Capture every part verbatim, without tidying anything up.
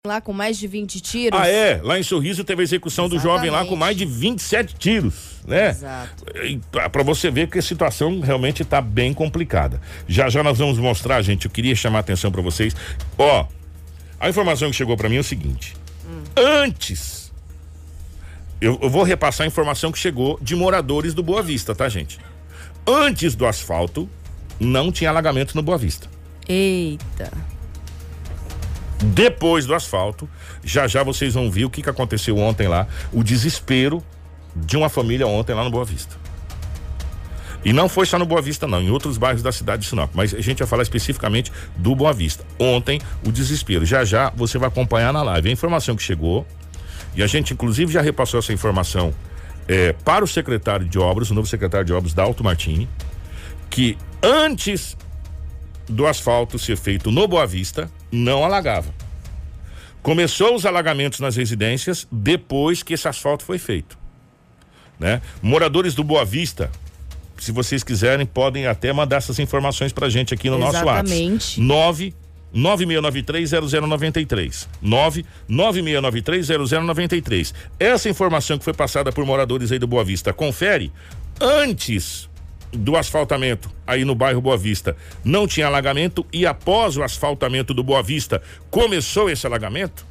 Lá com mais de vinte tiros. Ah, é? Lá em Sorriso teve a execução Exatamente. do jovem lá com mais de vinte e sete tiros, né? Exato. Para você ver que a situação realmente tá bem complicada. Já já nós vamos mostrar, gente, eu queria chamar a atenção para vocês. Ó, a informação que chegou para mim é o seguinte. Hum. Antes, eu, eu vou repassar a informação que chegou de moradores do Boa Vista, tá, gente? Antes do asfalto, não tinha alagamento no Boa Vista. Eita. Depois do asfalto, já já vocês vão ver o que, que aconteceu ontem lá, o desespero de uma família ontem lá no Boa Vista. E não foi só no Boa Vista não, em outros bairros da cidade de Sinop, mas a gente vai falar especificamente do Boa Vista. Ontem, o desespero, já já você vai acompanhar na live a informação que chegou, e a gente inclusive já repassou essa informação é, para o secretário de obras, o novo secretário de obras, Dalto Martini, que antes do asfalto ser feito no Boa Vista, não alagava. Começou os alagamentos nas residências depois que esse asfalto foi feito, né? Moradores do Boa Vista, se vocês quiserem, podem até mandar essas informações pra gente aqui no Exatamente. nosso WhatsApp. nove nove seis nove três zero zero nove três. nove nove seis nove três zero zero nove três. Essa informação que foi passada por moradores aí do Boa Vista, confere, antes do asfaltamento aí no bairro Boa Vista não tinha alagamento, e após o asfaltamento do Boa Vista começou esse alagamento?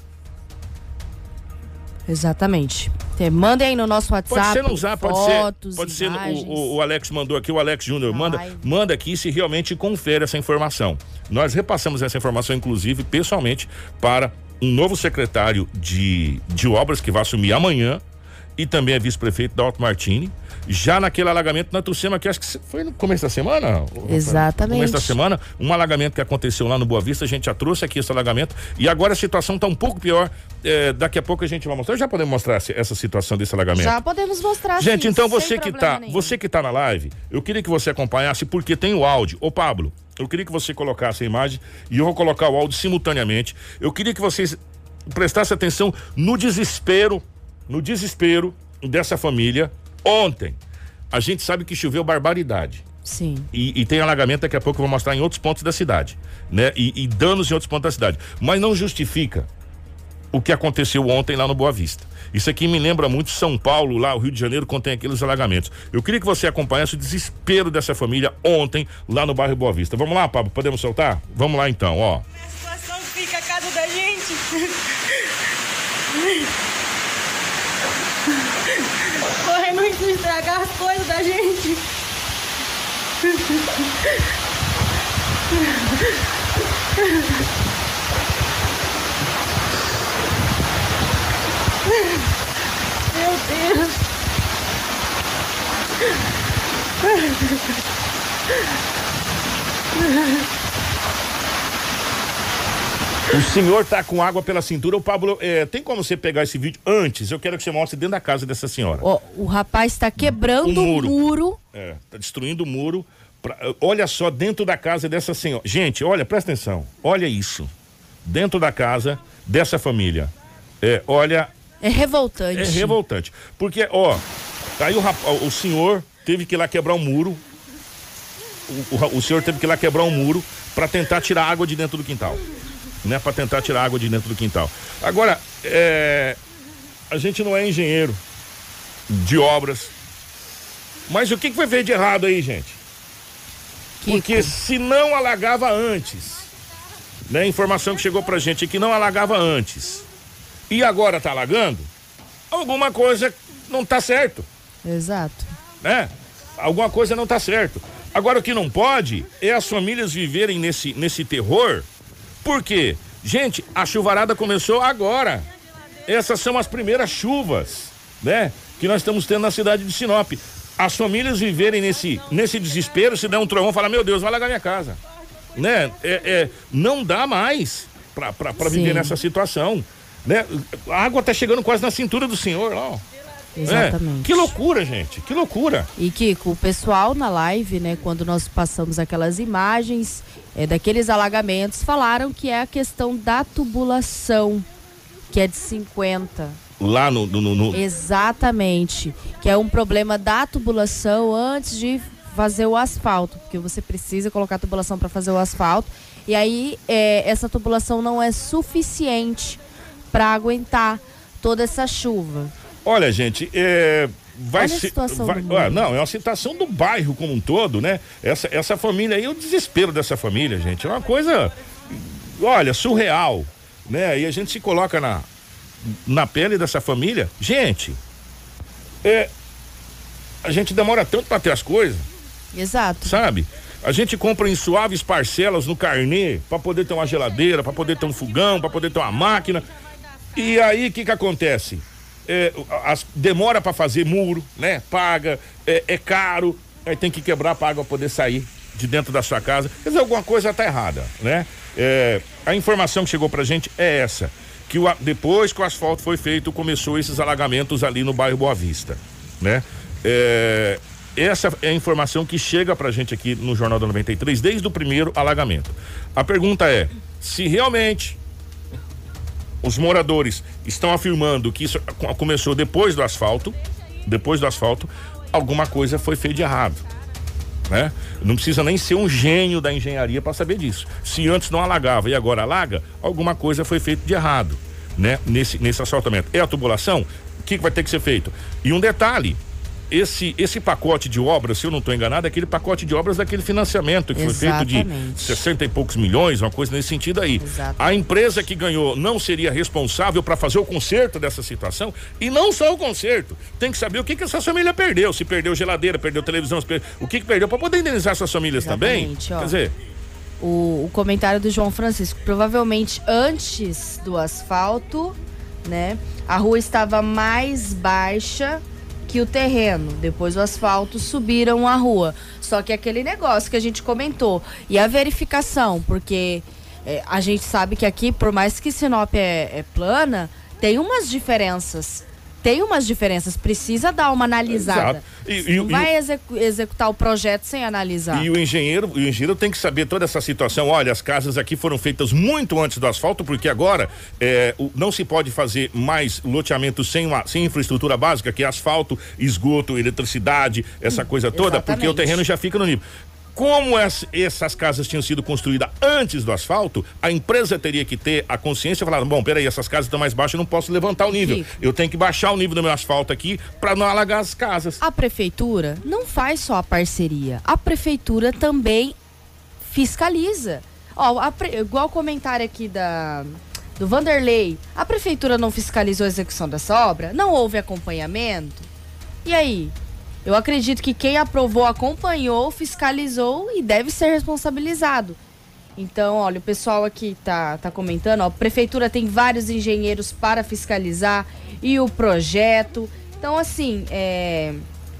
Exatamente. Tem, mandem aí no nosso WhatsApp. Pode ser no zap, pode fotos, ser, pode ser imagens. o, o, o Alex mandou aqui, o Alex Júnior manda, Vai. manda aqui se realmente confere essa informação. Nós repassamos essa informação, inclusive, pessoalmente, para um novo secretário de, de obras que vai assumir amanhã, e também é vice-prefeito Dalto Martini, já naquele alagamento na Tucema, que acho que foi no começo da semana. Exatamente. No começo da semana, um alagamento que aconteceu lá no Boa Vista, a gente já trouxe aqui esse alagamento, e agora a situação está um pouco pior, é, daqui a pouco a gente vai mostrar, já podemos mostrar essa situação desse alagamento? Já podemos mostrar, gente, sim, então você que tá, nenhum. você que tá na live, eu queria que você acompanhasse, porque tem o áudio. Ô Pablo, eu queria que você colocasse a imagem, e eu vou colocar o áudio simultaneamente. Eu queria que vocês prestassem atenção no desespero, no desespero dessa família ontem. A gente sabe que choveu barbaridade. Sim. E, e tem alagamento, daqui a pouco eu vou mostrar em outros pontos da cidade, né? E, e danos em outros pontos da cidade. Mas não justifica o que aconteceu ontem lá no Boa Vista. Isso aqui me lembra muito São Paulo, lá o Rio de Janeiro, quando tem aqueles alagamentos. Eu queria que você acompanhasse o desespero dessa família ontem lá no bairro Boa Vista. Vamos lá, Pablo, podemos soltar? Vamos lá então, ó. A situação fica a casa da gente. Correndo risco de estragar as coisas da gente. Meu Deus. O senhor tá com água pela cintura. O Pablo, é, tem como você pegar esse vídeo antes? Eu quero que você mostre dentro da casa dessa senhora. Ó, o rapaz está quebrando o muro. muro. É, tá destruindo o muro. Pra, olha só, dentro da casa dessa senhora. Gente, olha, presta atenção. Olha isso. Dentro da casa dessa família. É, olha. É revoltante. É revoltante. Porque, ó, aí o, rapaz, o senhor teve que ir lá quebrar um muro. O, o, o senhor teve que ir lá quebrar um muro para tentar tirar água de dentro do quintal. Né, para tentar tirar água de dentro do quintal. Agora, é, a gente não é engenheiro de obras, mas o que, que foi feito de errado aí, gente? Kiko. Porque se não alagava antes, né? Informação que chegou pra gente é que não alagava antes, e agora tá alagando, alguma coisa não tá certo. Exato. Né? Alguma coisa não tá certo. Agora, o que não pode é as famílias viverem nesse, nesse terror. Por quê? Gente, a chuvarada começou agora. Essas são as primeiras chuvas, né? Que nós estamos tendo na cidade de Sinop. As famílias viverem nesse, nesse desespero, se der um trovão, fala, meu Deus, vai alagar minha casa. Né? É, é, não dá mais pra, pra, pra viver nessa situação. Né? A água tá chegando quase na cintura do senhor, ó. Exatamente. É, que loucura, gente, que loucura. E Kiko, o pessoal na live, né, quando nós passamos aquelas imagens é, daqueles alagamentos, falaram que é a questão da tubulação, que é de cinquenta. Lá no, no, no... Exatamente, que é um problema da tubulação antes de fazer o asfalto, porque você precisa colocar a tubulação para fazer o asfalto, e aí é, essa tubulação não é suficiente para aguentar toda essa chuva. Olha, gente, é, vai Olha a ser. situação Vai, do ah, mundo. não, é uma situação do bairro como um todo, né? Essa, essa família aí, o desespero dessa família, gente, é uma coisa, olha, surreal, né? E a gente se coloca na, na pele dessa família. Gente, é, a gente demora tanto para ter as coisas. Exato. Sabe? A gente compra em suaves parcelas no carnê para poder ter uma geladeira, para poder ter um fogão, para poder ter uma máquina. E aí o que que acontece? É, as, demora para fazer muro, né? Paga, é, é caro, aí tem que quebrar para a água poder sair de dentro da sua casa. Quer dizer, alguma coisa tá errada, né? É, a informação que chegou pra gente é essa, que o, depois que o asfalto foi feito, começou esses alagamentos ali no bairro Boa Vista, né? É, essa é a informação que chega pra gente aqui no Jornal da noventa e três, desde o primeiro alagamento. A pergunta é, se realmente os moradores estão afirmando que isso começou depois do asfalto, depois do asfalto, alguma coisa foi feita de errado, né? Não precisa nem ser um gênio da engenharia para saber disso. Se antes não alagava e agora alaga, alguma coisa foi feita de errado, né? Nesse, nesse asfaltamento. É a tubulação? O que, que vai ter que ser feito? E um detalhe, esse, esse pacote de obras, se eu não estou enganado, é aquele pacote de obras daquele financiamento que Exatamente. foi feito de sessenta e poucos milhões, uma coisa nesse sentido aí. Exatamente. A empresa que ganhou não seria responsável para fazer o conserto dessa situação, e não só o conserto, tem que saber o que que essa família perdeu, se perdeu geladeira, perdeu televisão, o que que perdeu para poder indenizar essas famílias. Exatamente, também. ó. Quer dizer, O, o comentário do João Francisco, provavelmente antes do asfalto, né? A rua estava mais baixa que o terreno. Depois do asfalto subiram a rua. Só que aquele negócio que a gente comentou. E a verificação, porque é, a gente sabe que aqui, por mais que Sinop é, é plana, tem umas diferenças. Tem umas diferenças, precisa dar uma analisada. E, e, não e, vai execu- executar o projeto sem analisar. E o engenheiro, o engenheiro tem que saber toda essa situação. Olha, as casas aqui foram feitas muito antes do asfalto, porque agora é, o, não se pode fazer mais loteamento sem, uma, sem infraestrutura básica, que é asfalto, esgoto, eletricidade, essa coisa toda, Exatamente. porque o terreno já fica no nível. Como as, essas casas tinham sido construídas antes do asfalto, a empresa teria que ter a consciência e falar, bom, peraí, essas casas estão mais baixas, eu não posso levantar o nível. Kiko. Eu tenho que baixar o nível do meu asfalto aqui para não alagar as casas. A prefeitura não faz só a parceria, a prefeitura também fiscaliza. Ó, a pre... igual o comentário aqui da do Vanderlei, a prefeitura não fiscalizou a execução dessa obra? Não houve acompanhamento? E aí? Eu acredito que quem aprovou, acompanhou, fiscalizou e deve ser responsabilizado. Então, olha, o pessoal aqui tá, tá comentando, ó, a prefeitura tem vários engenheiros para fiscalizar e o projeto. Então, assim, é...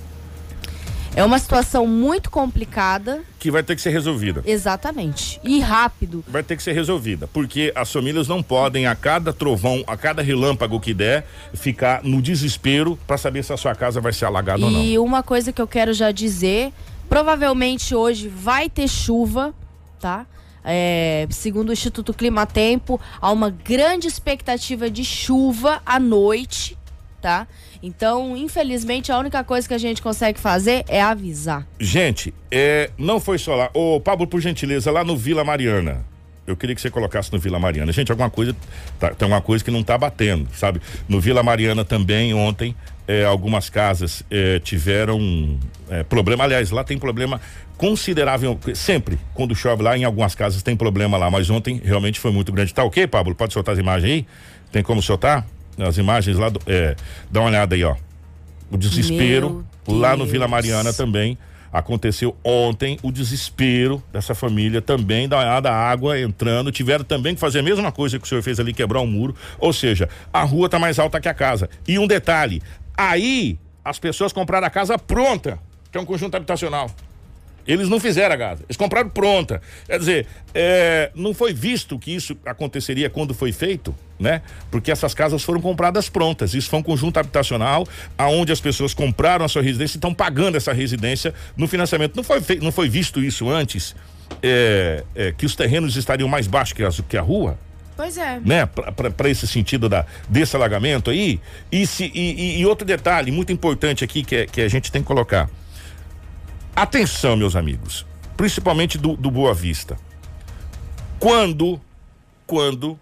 é uma situação muito complicada. Que vai ter que ser resolvida. Exatamente. E rápido. Vai ter que ser resolvida, porque as famílias não podem, a cada trovão, a cada relâmpago que der, ficar no desespero para saber se a sua casa vai ser alagada ou não. E uma coisa que eu quero já dizer, provavelmente hoje vai ter chuva, tá? É, segundo o Instituto Climatempo, há uma grande expectativa de chuva à noite, tá? Então, infelizmente, a única coisa que a gente consegue fazer é avisar. Gente, é, não foi só lá. Ô, Pablo, por gentileza, lá no Vila Mariana. Eu queria que você colocasse no Vila Mariana. Gente, alguma coisa, tá, tem alguma coisa que não tá batendo, sabe? No Vila Mariana também, ontem, é, algumas casas é, tiveram é, problema. Aliás, lá tem problema considerável. Sempre, quando chove lá, em algumas casas tem problema lá. Mas ontem, realmente foi muito grande. Tá ok, Pablo? Pode soltar as imagens aí? Tem como soltar? As imagens lá, do, é, dá uma olhada aí, ó. O desespero lá no Vila Mariana também aconteceu ontem, o desespero dessa família também, da olhada, água entrando, tiveram também que fazer a mesma coisa que o senhor fez ali, quebrar um muro, ou seja, a rua tá mais alta que a casa. E um detalhe, aí as pessoas compraram a casa pronta, que é um conjunto habitacional. Eles não fizeram a casa, eles compraram pronta. Quer dizer, é, não foi visto que isso aconteceria quando foi feito, né? Porque essas casas foram compradas prontas. Isso foi um conjunto habitacional, aonde as pessoas compraram a sua residência e estão pagando essa residência no financiamento. Não foi, feito, não foi visto isso antes, é, é, que os terrenos estariam mais baixos que, as, que a rua? Pois é. Né? Para esse sentido da, desse alagamento aí. E, se, e, e outro detalhe muito importante aqui que, é, que a gente tem que colocar. Atenção, meus amigos, principalmente do, do Boa Vista. Quando, quando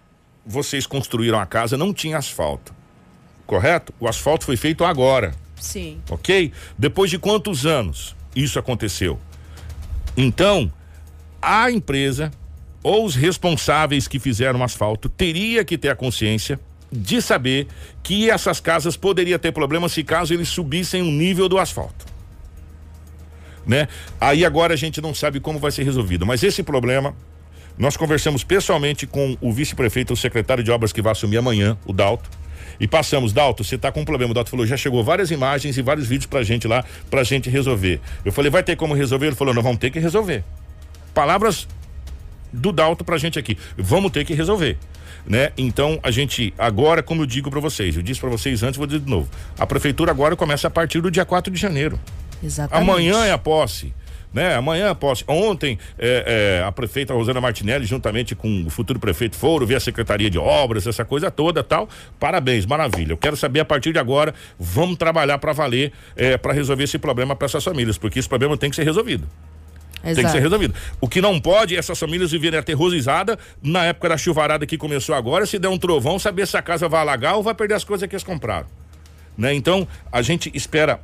vocês construíram a casa não tinha asfalto, correto? O asfalto foi feito agora. Sim. Ok? Depois de quantos anos isso aconteceu? Então, a empresa ou os responsáveis que fizeram o asfalto teria que ter a consciência de saber que essas casas poderiam ter problemas se caso eles subissem o nível do asfalto, né? Aí agora a gente não sabe como vai ser resolvido, mas esse problema nós conversamos pessoalmente com o vice-prefeito, o secretário de obras que vai assumir amanhã, o Dalto, e passamos: Dalto, você tá com um problema. O Dalto falou: já chegou várias imagens e vários vídeos pra gente lá, pra gente resolver. Eu falei: vai ter como resolver? Ele falou: nós vamos ter que resolver. Palavras do Dalto pra gente aqui: vamos ter que resolver, né? Então a gente agora, como eu digo pra vocês, eu disse pra vocês antes, vou dizer de novo, a prefeitura agora começa a partir do dia quatro de janeiro. Exatamente. Amanhã é a posse, né? Amanhã a posse. Ontem é, é, a prefeita Rosana Martinelli, juntamente com o futuro prefeito, foram ver a Secretaria de Obras, essa coisa toda, tal. Parabéns, maravilha. Eu quero saber a partir de agora, vamos trabalhar para valer, é, para resolver esse problema para essas famílias, porque esse problema tem que ser resolvido. Exato. Tem que ser resolvido. O que não pode é essas famílias viverem aterrorizadas na época da chuvarada que começou agora, se der um trovão, saber se a casa vai alagar ou vai perder as coisas que eles compraram, né? Então a gente espera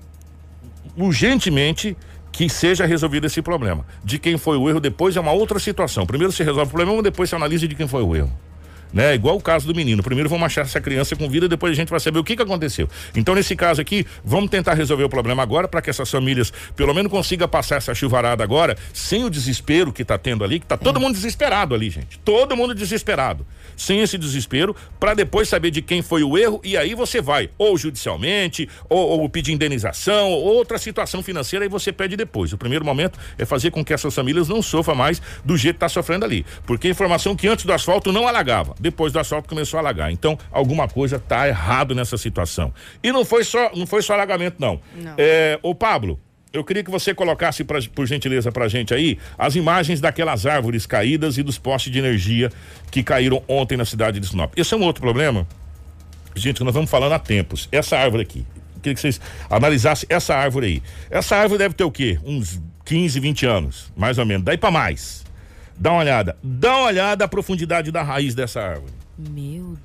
urgentemente que seja resolvido esse problema. De quem foi o erro depois é uma outra situação. Primeiro se resolve o problema, depois se analisa de quem foi o erro, né? Igual o caso do menino. Primeiro vamos achar essa criança com vida, depois a gente vai saber o que que aconteceu. Então nesse caso aqui, vamos tentar resolver o problema agora para que essas famílias pelo menos consigam passar essa chuvarada agora sem o desespero que tá tendo ali, que tá é. todo mundo desesperado ali, gente. Todo mundo desesperado. Sem esse desespero, para depois saber de quem foi o erro, e aí você vai ou judicialmente, ou, ou pedir indenização, ou outra situação financeira, e você pede depois. O primeiro momento é fazer com que essas famílias não sofram mais do jeito que tá sofrendo ali, porque a informação que antes do asfalto não alagava, depois do asfalto começou a alagar. Então alguma coisa tá errado nessa situação. E não foi só, não foi só alagamento não. não. É, ô Pablo, eu queria que você colocasse, pra, por gentileza, pra gente aí, as imagens daquelas árvores caídas e dos postes de energia que caíram ontem na cidade de Sinop. Esse é um outro problema, gente, que nós vamos falando há tempos. Essa árvore aqui, eu queria que vocês analisassem essa árvore aí. Essa árvore deve ter o quê? Uns quinze, vinte anos, mais ou menos. Daí pra mais. Dá uma olhada. Dá uma olhada a profundidade da raiz dessa árvore. Meu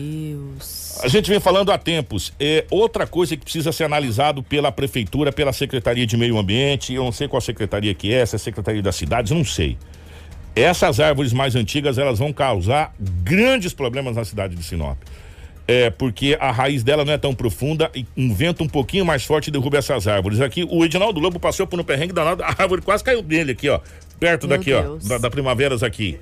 Deus. A gente vem falando há tempos. É outra coisa que precisa ser analisado pela prefeitura, pela Secretaria de Meio Ambiente. Eu não sei qual secretaria que é, se é a Secretaria das Cidades, não sei. Essas árvores mais antigas, elas vão causar grandes problemas na cidade de Sinop. É, porque a raiz dela não é tão profunda e um vento um pouquinho mais forte derruba essas árvores. Aqui, o Edinaldo Lobo passou por um perrengue danado, a árvore quase caiu dele aqui, ó. Perto Meu daqui, Deus. ó, da, da Primaveras aqui.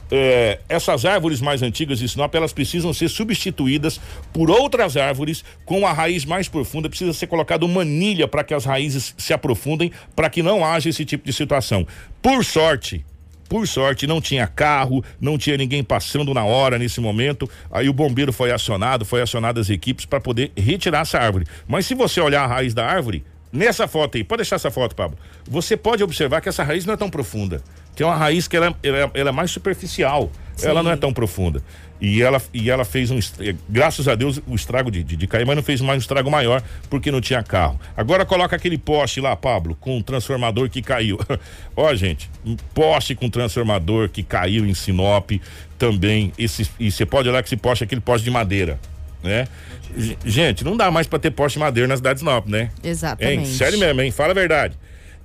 É, essas árvores mais antigas de Sinop, elas precisam ser substituídas por outras árvores com a raiz mais profunda. Precisa ser colocada uma anilha para que as raízes se aprofundem, para que não haja esse tipo de situação. Por sorte, por sorte, não tinha carro, não tinha ninguém passando na hora nesse momento. Aí o bombeiro foi acionado, foi acionado as equipes para poder retirar essa árvore. Mas se você olhar a raiz da árvore, nessa foto aí, pode deixar essa foto, Pablo, você pode observar que essa raiz não é tão profunda. Tem uma raiz que ela, ela, ela é mais superficial. Sim. Ela não é tão profunda. E ela, e ela fez um, graças a Deus, o estrago de, de, de cair, mas não fez mais um estrago maior porque não tinha carro. Agora coloca aquele poste lá, Pablo, com um transformador que caiu. Ó, gente, um poste com transformador que caiu em Sinop também. Esse, e você pode olhar que esse poste é aquele poste de madeira, né? Gente, não dá mais pra ter poste de madeira na cidade de Sinop, né? Exatamente. Hein? Sério mesmo, hein? Fala a verdade.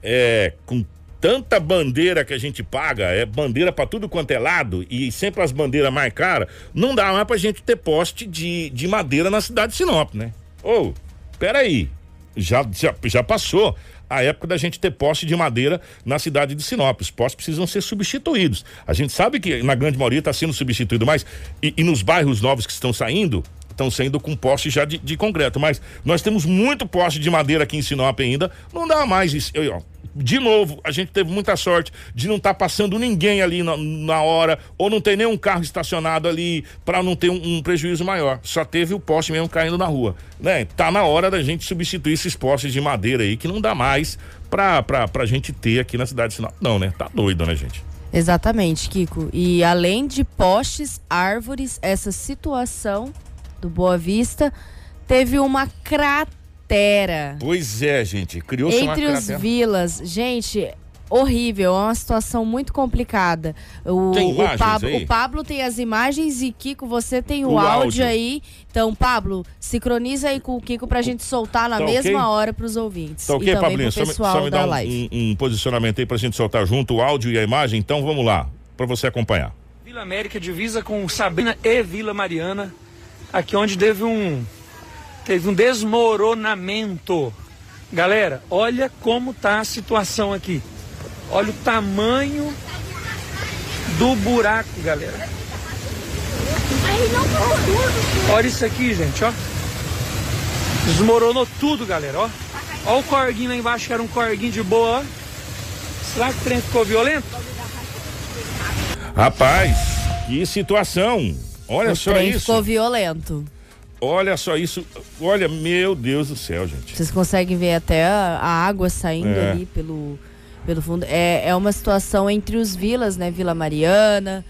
É, com tanta bandeira que a gente paga, é bandeira pra tudo quanto é lado, e sempre as bandeiras mais caras, não dá mais pra gente ter poste de, de madeira na cidade de Sinop, né? Ô, oh, peraí, já, já, já passou a época da gente ter poste de madeira na cidade de Sinop. Os postes precisam ser substituídos. A gente sabe que na grande maioria está sendo substituído, mas e, e nos bairros novos que estão saindo, estão saindo com poste já de, de concreto, mas nós temos muito poste de madeira aqui em Sinop ainda, não dá mais isso. Eu, ó, de novo, a gente teve muita sorte de não estar tá passando ninguém ali na, na hora, ou não ter nenhum carro estacionado ali para não ter um, um prejuízo maior. Só teve o poste mesmo caindo na rua, né? Tá na hora da gente substituir esses postes de madeira aí que não dá mais pra, pra, pra gente ter aqui na cidade de Sinop. Não, né? Tá doido, né, gente? Exatamente, Kiko. E além de postes, árvores, essa situação do Boa Vista teve uma cratera. Pois é, gente, criou-se uma entre cratera. os vilas. Gente, horrível, é uma situação muito complicada. O, tem o, Pablo, aí? o Pablo tem as imagens e Kiko, você tem o, o áudio, áudio aí. Então, Pablo, sincroniza aí com o Kiko pra gente soltar na tá mesma okay? hora pros ouvintes. Tá ok, e também Pablinho? pro pessoal só, só me da dá live. um, um, um posicionamento aí pra gente soltar junto o áudio e a imagem. Então vamos lá, pra você acompanhar. Vila América divisa com Sabrina e Vila Mariana, aqui onde teve um, teve um desmoronamento. Galera, olha como tá a situação aqui. Olha o tamanho do buraco, galera. Olha isso aqui, gente, ó. Desmoronou tudo, galera, ó. Ó o corguinho lá embaixo, que era um corguinho de boa, ó. Será que o trem ficou violento? Rapaz, que situação. Olha o só trem isso. ficou violento. Olha só isso. Olha, meu Deus do céu, gente. Vocês conseguem ver até a, a água saindo é. ali pelo, pelo fundo. É, é uma situação entre os vilas, né? Vila Mariana.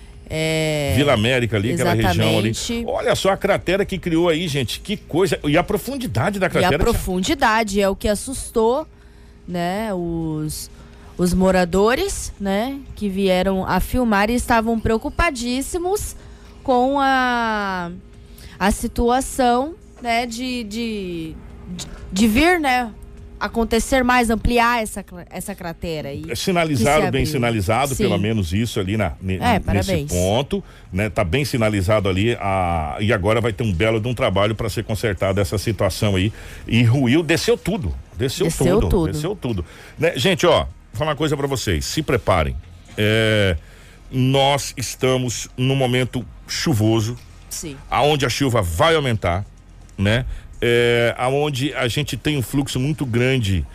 É... Vila América ali, Exatamente. aquela região ali. Olha só a cratera que criou aí, gente. Que coisa. E a profundidade da cratera. E a profundidade é o que assustou, né? Os, os moradores, né? Que vieram a filmar e estavam preocupadíssimos com a, a situação, né? De, de, de, de vir, né? Acontecer mais, ampliar essa, essa cratera. E sinalizado, bem sinalizado, Sim. pelo menos isso ali na, ne, é, nesse parabéns. ponto, né? Tá bem sinalizado ali, a, e agora vai ter um belo de um trabalho para ser consertada essa situação aí. E ruiu, desceu tudo, desceu, desceu tudo, tudo, desceu tudo. Né? Gente, ó, vou falar uma coisa para vocês, se preparem. É, nós estamos num momento chuvoso, Sim. aonde a chuva vai aumentar, né? É, aonde a gente tem um fluxo muito grande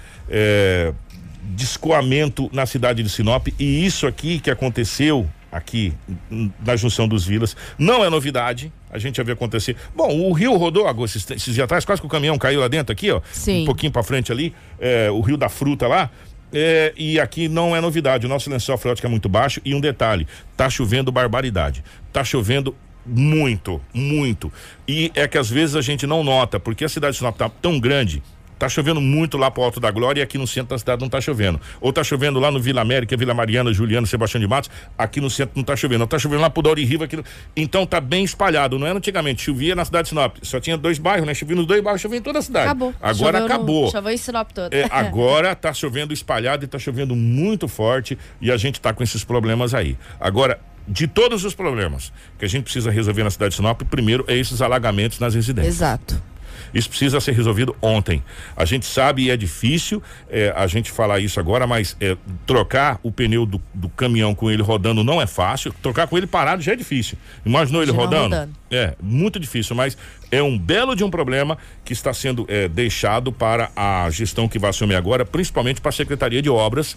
é, de escoamento na cidade de Sinop, e isso aqui que aconteceu aqui na junção dos vilas não é novidade, a gente já viu acontecer. Bom, o rio rodou água esses, esses dias atrás, quase que o caminhão caiu lá dentro aqui, ó. Sim. Um pouquinho pra frente ali, é, o rio da fruta lá. É, e aqui não é novidade, o nosso lençol freático é muito baixo, e um detalhe, tá chovendo barbaridade, tá chovendo muito, muito. E é que às vezes a gente não nota, porque a cidade de Sinop tá tão grande, tá chovendo muito lá pro Alto da Glória, e aqui no centro da cidade não tá chovendo. Ou tá chovendo lá no Vila América, Vila Mariana, Juliano, Sebastião de Matos, aqui no centro não tá chovendo. Ou tá chovendo lá pro Dauri Riva, aqui no... Então tá bem espalhado, não é antigamente, chovia na cidade de Sinop, só tinha dois bairros, né? Chovia nos dois bairros, chovia em toda a cidade. Acabou. Agora choveu acabou. No, choveu em Sinop todo. É, agora tá chovendo espalhado e tá chovendo muito forte, e a gente tá com esses problemas aí. Agora, de todos os problemas que a gente precisa resolver na cidade de Sinop, primeiro é esses alagamentos nas residências. Exato. Isso precisa ser resolvido ontem. A gente sabe e é difícil é, a gente falar isso agora, mas é, trocar o pneu do, do caminhão com ele rodando não é fácil. Trocar com ele parado já é difícil. Imaginou ele rodando? rodando? É, muito difícil, mas é um belo de um problema que está sendo é, deixado para a gestão que vai assumir agora, principalmente para a Secretaria de Obras,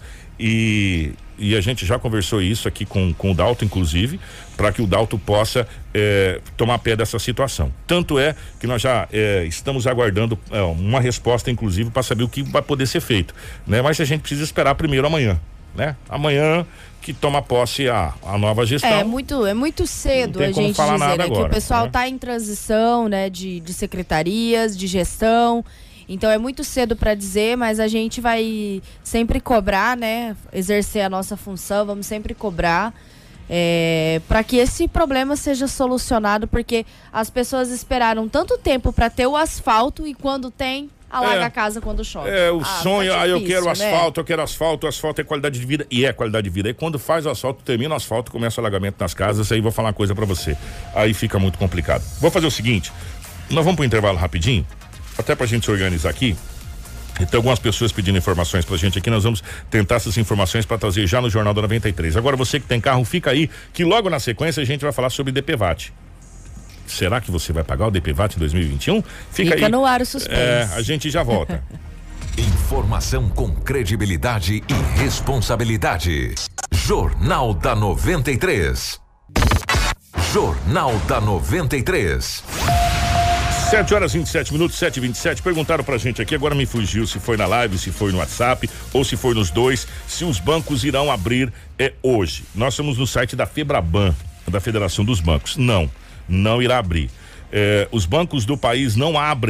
e, e a gente já conversou isso aqui com, com o Dalto, inclusive, para que o Dalto possa é, tomar pé dessa situação. Tanto é que nós já é, estamos aguardando é, uma resposta, inclusive, para saber o que vai poder ser feito, né? Mas a gente precisa esperar primeiro amanhã, né? Amanhã que toma posse a, a nova gestão. É muito, é muito cedo a gente dizer, né, agora, que o pessoal está né? em transição, né, de, de secretarias, de gestão. Então é muito cedo para dizer, mas a gente vai sempre cobrar, né, exercer a nossa função, vamos sempre cobrar é, para que esse problema seja solucionado, porque as pessoas esperaram tanto tempo para ter o asfalto e quando tem alaga é, a casa quando chove. É, o ah, sonho, tá ah, eu difícil, quero asfalto, né? eu quero asfalto, asfalto é qualidade de vida, e é qualidade de vida. E quando faz o asfalto, termina o asfalto, começa o alagamento nas casas, aí vou falar uma coisa pra você. Aí fica muito complicado. Vou fazer o seguinte, nós vamos pro intervalo rapidinho, até pra gente se organizar aqui. E tem algumas pessoas pedindo informações pra gente aqui, nós vamos tentar essas informações pra trazer já no Jornal da noventa e três. Agora você que tem carro, fica aí, que logo na sequência a gente vai falar sobre D P V A T. Será que você vai pagar o D P V A T em dois mil e vinte e um? Fica, Fica aí. no ar o suspense. É, a gente já volta. Informação com credibilidade e responsabilidade. Jornal da noventa e três. Jornal da noventa e três. sete horas e vinte e sete minutos, sete e vinte e sete. Perguntaram pra gente aqui, agora me fugiu se foi na live, se foi no WhatsApp ou se foi nos dois, se os bancos irão abrir é, hoje. Nós estamos no site da Febraban, da Federação dos Bancos. Não. Não irá abrir. Eh, os bancos do país não abrem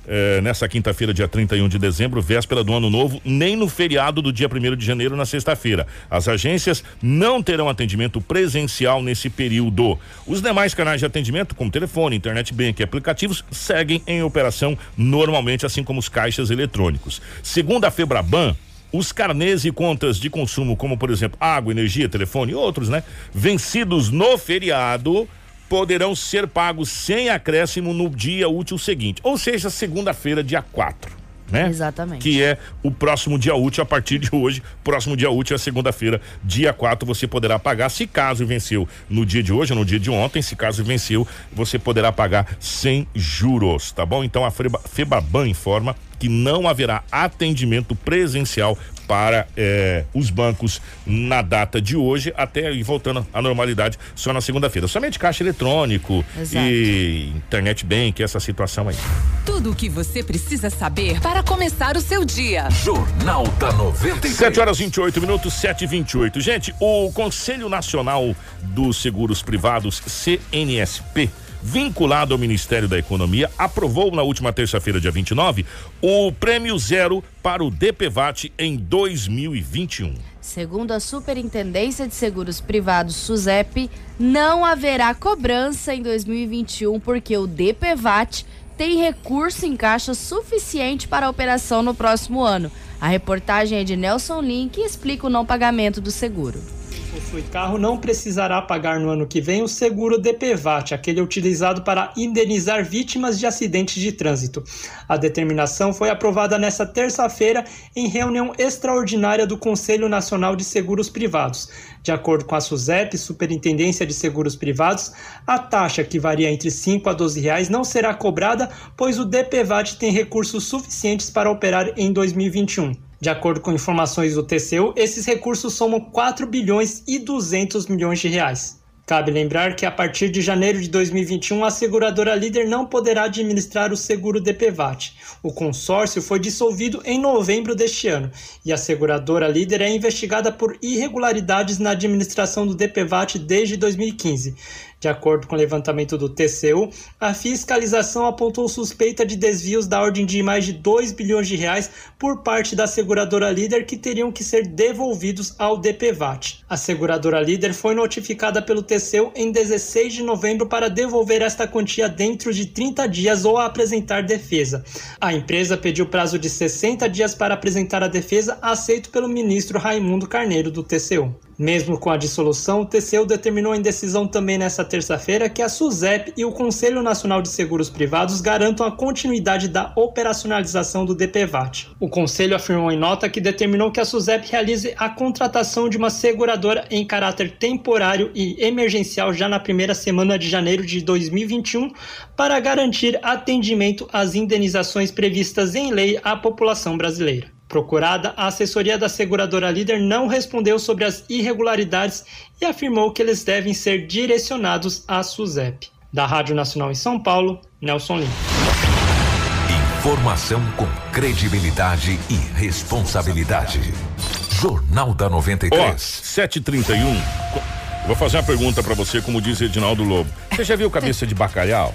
eh, nessa quinta-feira, dia trinta e um de dezembro, véspera do ano novo, nem no feriado do dia primeiro de janeiro, na sexta-feira. As agências não terão atendimento presencial nesse período. Os demais canais de atendimento, como telefone, internet bank e aplicativos, seguem em operação normalmente, assim como os caixas eletrônicos. Segundo a Febraban, os carnês e contas de consumo, como por exemplo água, energia, telefone e outros, né? Vencidos no feriado, poderão ser pagos sem acréscimo no dia útil seguinte, ou seja, segunda-feira, dia quatro. Né? Exatamente. Que é o próximo dia útil a partir de hoje. Próximo dia útil é segunda-feira, dia quatro, você poderá pagar. Se caso venceu no dia de hoje ou no dia de ontem, se caso venceu, você poderá pagar sem juros, tá bom? Então a Febraban informa que não haverá atendimento presencial para eh, os bancos na data de hoje, até ir voltando à normalidade só na segunda-feira. Somente caixa eletrônico. Exato. E internet bank, essa situação aí. Tudo o que você precisa saber para começar o seu dia. Jornal da noventa e três. sete horas e vinte e oito minutos, sete e vinte e oito. Gente, o Conselho Nacional dos Seguros Privados, C N S P, vinculado ao Ministério da Economia, aprovou na última terça-feira, dia vinte e nove, o prêmio zero para o D P V A T em dois mil e vinte e um. Segundo a Superintendência de Seguros Privados, SUSEP, não haverá cobrança em dois mil e vinte e um porque o D P V A T tem recurso em caixa suficiente para a operação no próximo ano. A reportagem é de Nelson Link e explica o não pagamento do seguro. Possui carro não precisará pagar no ano que vem o seguro D P V A T, aquele utilizado para indenizar vítimas de acidentes de trânsito. A determinação foi aprovada nesta terça-feira em reunião extraordinária do Conselho Nacional de Seguros Privados. De acordo com a SUSEP, Superintendência de Seguros Privados, a taxa, que varia entre cinco a doze reais, não será cobrada, pois o D P V A T tem recursos suficientes para operar em dois mil e vinte e um. De acordo com informações do T C U, esses recursos somam quatro bilhões e duzentos milhões de reais. Cabe lembrar que a partir de janeiro de dois mil e vinte e um, a seguradora líder não poderá administrar o seguro D P V A T. O consórcio foi dissolvido em novembro deste ano e a seguradora líder é investigada por irregularidades na administração do D P V A T desde dois mil e quinze. De acordo com o levantamento do T C U, a fiscalização apontou suspeita de desvios da ordem de mais de dois bilhões de reais por parte da seguradora líder que teriam que ser devolvidos ao D P V A T. A seguradora líder foi notificada pelo T C U em dezesseis de novembro para devolver esta quantia dentro de trinta dias ou apresentar defesa. A empresa pediu prazo de sessenta dias para apresentar a defesa, aceito pelo ministro Raimundo Carneiro do T C U. Mesmo com a dissolução, o T C U determinou em decisão também nesta terça-feira que a SUSEP e o Conselho Nacional de Seguros Privados garantam a continuidade da operacionalização do D P V A T. O Conselho afirmou em nota que determinou que a SUSEP realize a contratação de uma seguradora em caráter temporário e emergencial já na primeira semana de janeiro de dois mil e vinte e um para garantir atendimento às indenizações previstas em lei à população brasileira. Procurada, a assessoria da seguradora líder não respondeu sobre as irregularidades e afirmou que eles devem ser direcionados à SUSEP. Da Rádio Nacional em São Paulo, Nelson Lima. Informação com credibilidade e responsabilidade. Jornal da noventa e três. Ó, sete e trinta e um. Vou fazer uma pergunta pra você, como diz Edinaldo Lobo. Você já viu cabeça de bacalhau?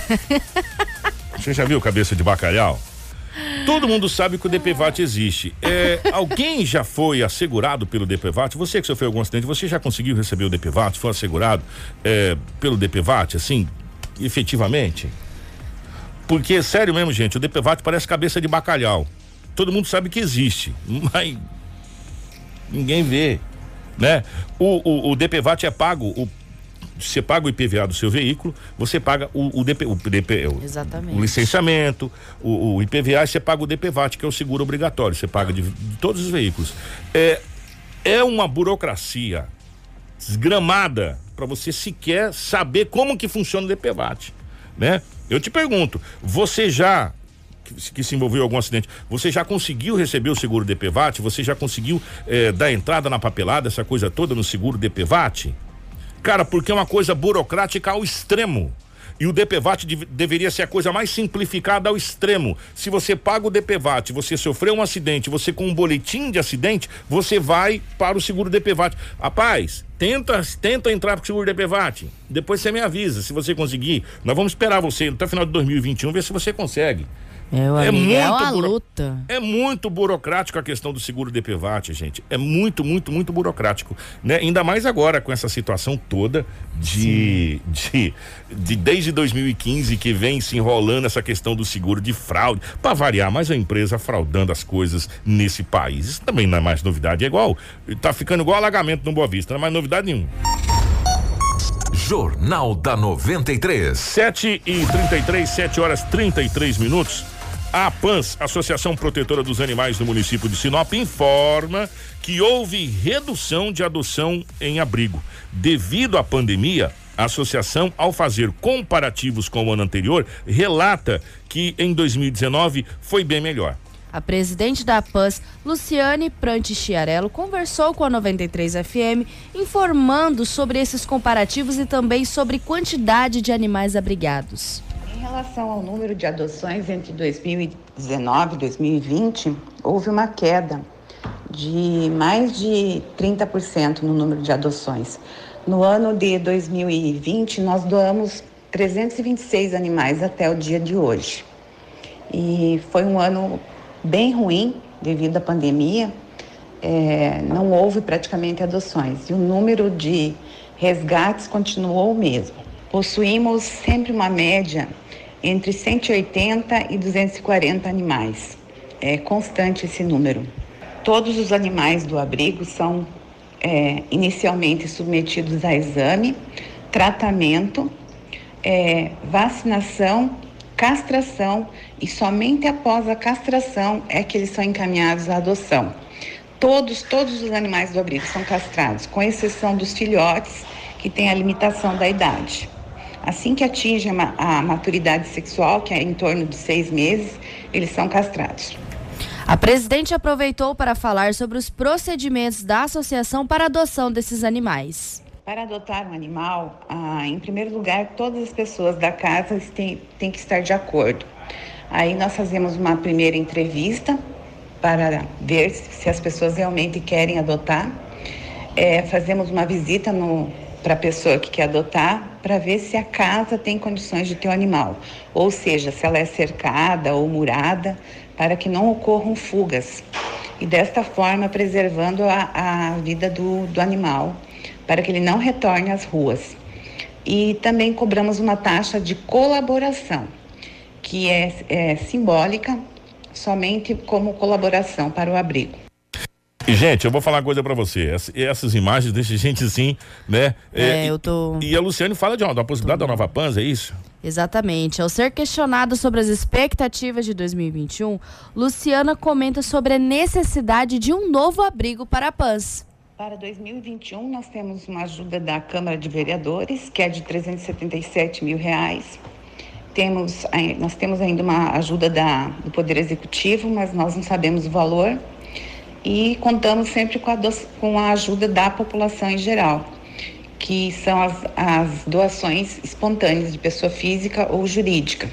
Você já viu cabeça de bacalhau? Todo mundo sabe que o D P V A T existe. É, alguém já foi assegurado pelo D P V A T? Você que sofreu algum acidente, você já conseguiu receber o D P V A T? Foi assegurado é, pelo D P V A T, assim, efetivamente? Porque, sério mesmo, gente, o D P V A T parece cabeça de bacalhau. Todo mundo sabe que existe, mas ninguém vê, né? O, o, o D P V A T é pago, o você paga o I P V A do seu veículo, você paga o, o, D P, o, D P, o, o licenciamento, o, o I P V A, e você paga o D P V A T, que é o seguro obrigatório, você paga de, de todos os veículos. É, é uma burocracia desgramada para você sequer saber como que funciona o D P V A T, né? Eu te pergunto, você já que, que se envolveu em algum acidente, você já conseguiu receber o seguro D P V A T? Você já conseguiu é, dar entrada na papelada, essa coisa toda no seguro D P V A T? Cara, porque é uma coisa burocrática ao extremo. E o D P V A T de, deveria ser a coisa mais simplificada ao extremo. Se você paga o D P V A T, você sofreu um acidente, você com um boletim de acidente, você vai para o seguro D P V A T. Rapaz, tenta, tenta entrar para o seguro D P V A T. Depois você me avisa, se você conseguir. Nós vamos esperar você até o final de dois mil e vinte e um, ver se você consegue. Meu é amigo, muito é uma buro... luta. É muito burocrático a questão do seguro D P V A T, gente. É muito, muito, muito burocrático, né? Ainda mais agora com essa situação toda de, de, de desde dois mil e quinze que vem se enrolando essa questão do seguro de fraude, para variar, mais a empresa fraudando as coisas nesse país. Isso também não é mais novidade, é igual, tá ficando igual alagamento no Boa Vista, não é mais novidade nenhuma. Jornal da noventa e três. sete e trinta e três, sete horas trinta e três minutos. A APANS, Associação Protetora dos Animais do município de Sinop, informa que houve redução de adoção em abrigo. Devido à pandemia, a associação, ao fazer comparativos com o ano anterior, relata que em dois mil e dezenove foi bem melhor. A presidente da APANS, Luciane Prante Chiarello, conversou com a noventa e três F M, informando sobre esses comparativos e também sobre quantidade de animais abrigados. Em relação ao número de adoções entre dois mil e dezenove e dois mil e vinte, houve uma queda de mais de trinta por cento no número de adoções. No ano de dois mil e vinte, nós doamos trezentos e vinte e seis animais até o dia de hoje. E foi um ano bem ruim devido à pandemia, é, não houve praticamente adoções e o número de resgates continuou o mesmo. Possuímos sempre uma média entre cento e oitenta e duzentos e quarenta animais, é constante esse número. Todos os animais do abrigo são é, inicialmente submetidos a exame, tratamento, é, vacinação, castração, e somente após a castração é que eles são encaminhados à adoção. Todos, todos os animais do abrigo são castrados, com exceção dos filhotes, que têm a limitação da idade. Assim que atingem a maturidade sexual, que é em torno de seis meses, eles são castrados. A presidente aproveitou para falar sobre os procedimentos da associação para a adoção desses animais. Para adotar um animal, ah, em primeiro lugar, todas as pessoas da casa têm, têm que estar de acordo. Aí nós fazemos uma primeira entrevista para ver se as pessoas realmente querem adotar. É, fazemos uma visita para a pessoa que quer adotar para ver se a casa tem condições de ter o um animal. Ou seja, se ela é cercada ou murada, para que não ocorram fugas. E desta forma, preservando a, a vida do, do animal, para que ele não retorne às ruas. E também cobramos uma taxa de colaboração, que é, é simbólica, somente como colaboração para o abrigo. E, gente, eu vou falar uma coisa pra você, Ess, essas imagens deixam gente assim, né? É, é eu tô... E a Luciane fala de uma, da possibilidade tô... da nova APANS, é isso? Exatamente. Ao ser questionada sobre as expectativas de dois mil e vinte e um, Luciana comenta sobre a necessidade de um novo abrigo para a APANS. Para dois mil e vinte e um, nós temos uma ajuda da Câmara de Vereadores, que é de trezentos e setenta e sete mil reais. Temos, nós temos ainda uma ajuda da, do Poder Executivo, mas nós não sabemos o valor. E contamos sempre com a, do, com a ajuda da população em geral, que são as, as doações espontâneas de pessoa física ou jurídica.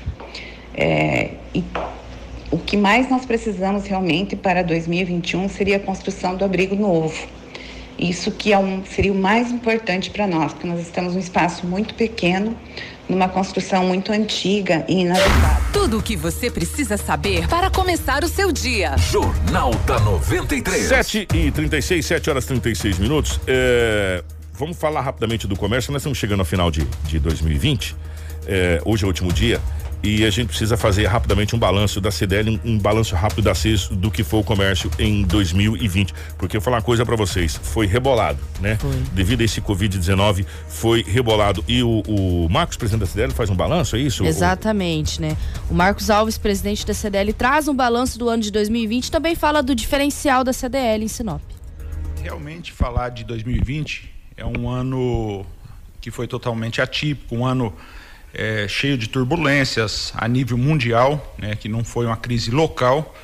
É, e o que mais nós precisamos realmente para dois mil e vinte e um seria a construção do abrigo novo. Isso que é um, seria o mais importante para nós, porque nós estamos num espaço muito pequeno, numa construção muito antiga e inadequada. Tudo o que você precisa saber para começar o seu dia. Jornal da noventa e três. sete e trinta e seis, sete horas e trinta e seis minutos. É, vamos falar rapidamente do comércio. Nós estamos chegando ao final de, de dois mil e vinte. É, hoje é o último dia. E a gente precisa fazer rapidamente um balanço da C D L, um, um balanço rápido da C E S do que foi o comércio em dois mil e vinte. Porque eu vou falar uma coisa pra vocês, foi rebolado, né? Foi. Devido a esse covid dezenove, foi rebolado. E o, o Marcos, presidente da C D L, faz um balanço, é isso? Exatamente, o... né? O Marcos Alves, presidente da C D L, traz um balanço do ano de dois mil e vinte, também fala do diferencial da C D L em Sinop. Realmente falar de dois mil e vinte é um ano que foi totalmente atípico, um ano É, cheio de turbulências a nível mundial, né, que não foi uma crise local,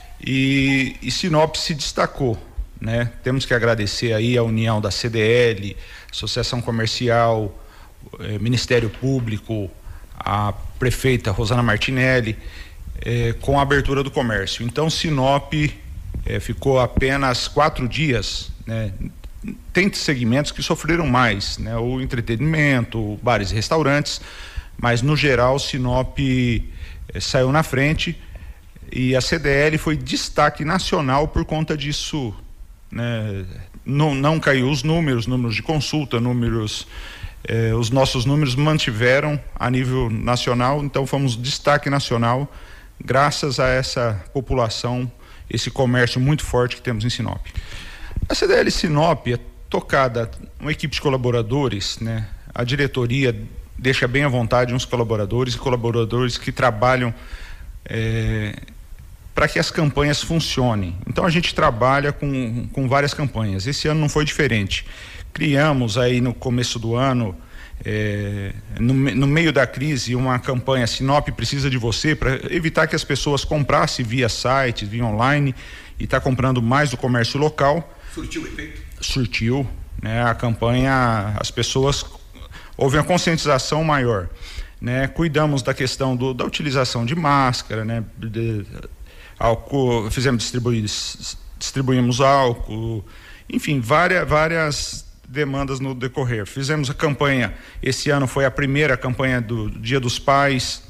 e, e Sinop se destacou, né? Temos que agradecer aí a união da C D L, Associação Comercial, eh, Ministério Público, a prefeita Rosana Martinelli, eh, com a abertura do comércio. Então Sinop eh, ficou apenas quatro dias, né? Tem segmentos que sofreram mais, né? O entretenimento, bares e restaurantes, mas no geral Sinop eh, saiu na frente e a C D L foi destaque nacional por conta disso, né? Não, não caiu os números, números de consulta, números, eh, os nossos números mantiveram a nível nacional, então fomos destaque nacional graças a essa população, esse comércio muito forte que temos em Sinop. A C D L Sinop é tocada, uma equipe de colaboradores, né? A diretoria deixa bem à vontade uns colaboradores e colaboradores que trabalham é, para que as campanhas funcionem. Então a gente trabalha com, com várias campanhas. Esse ano não foi diferente. Criamos aí no começo do ano, é, no, no meio da crise, uma campanha Sinop precisa de você, para evitar que as pessoas comprassem via site, via online, e está comprando mais do comércio local. Surtiu efeito? Surtiu, né? A campanha, as pessoas, houve uma conscientização maior, né? Cuidamos da questão do, da utilização de máscara, né? De, álcool, fizemos distribuir, distribuímos álcool, enfim, várias, várias demandas no decorrer. Fizemos a campanha, esse ano foi a primeira campanha do Dia dos Pais,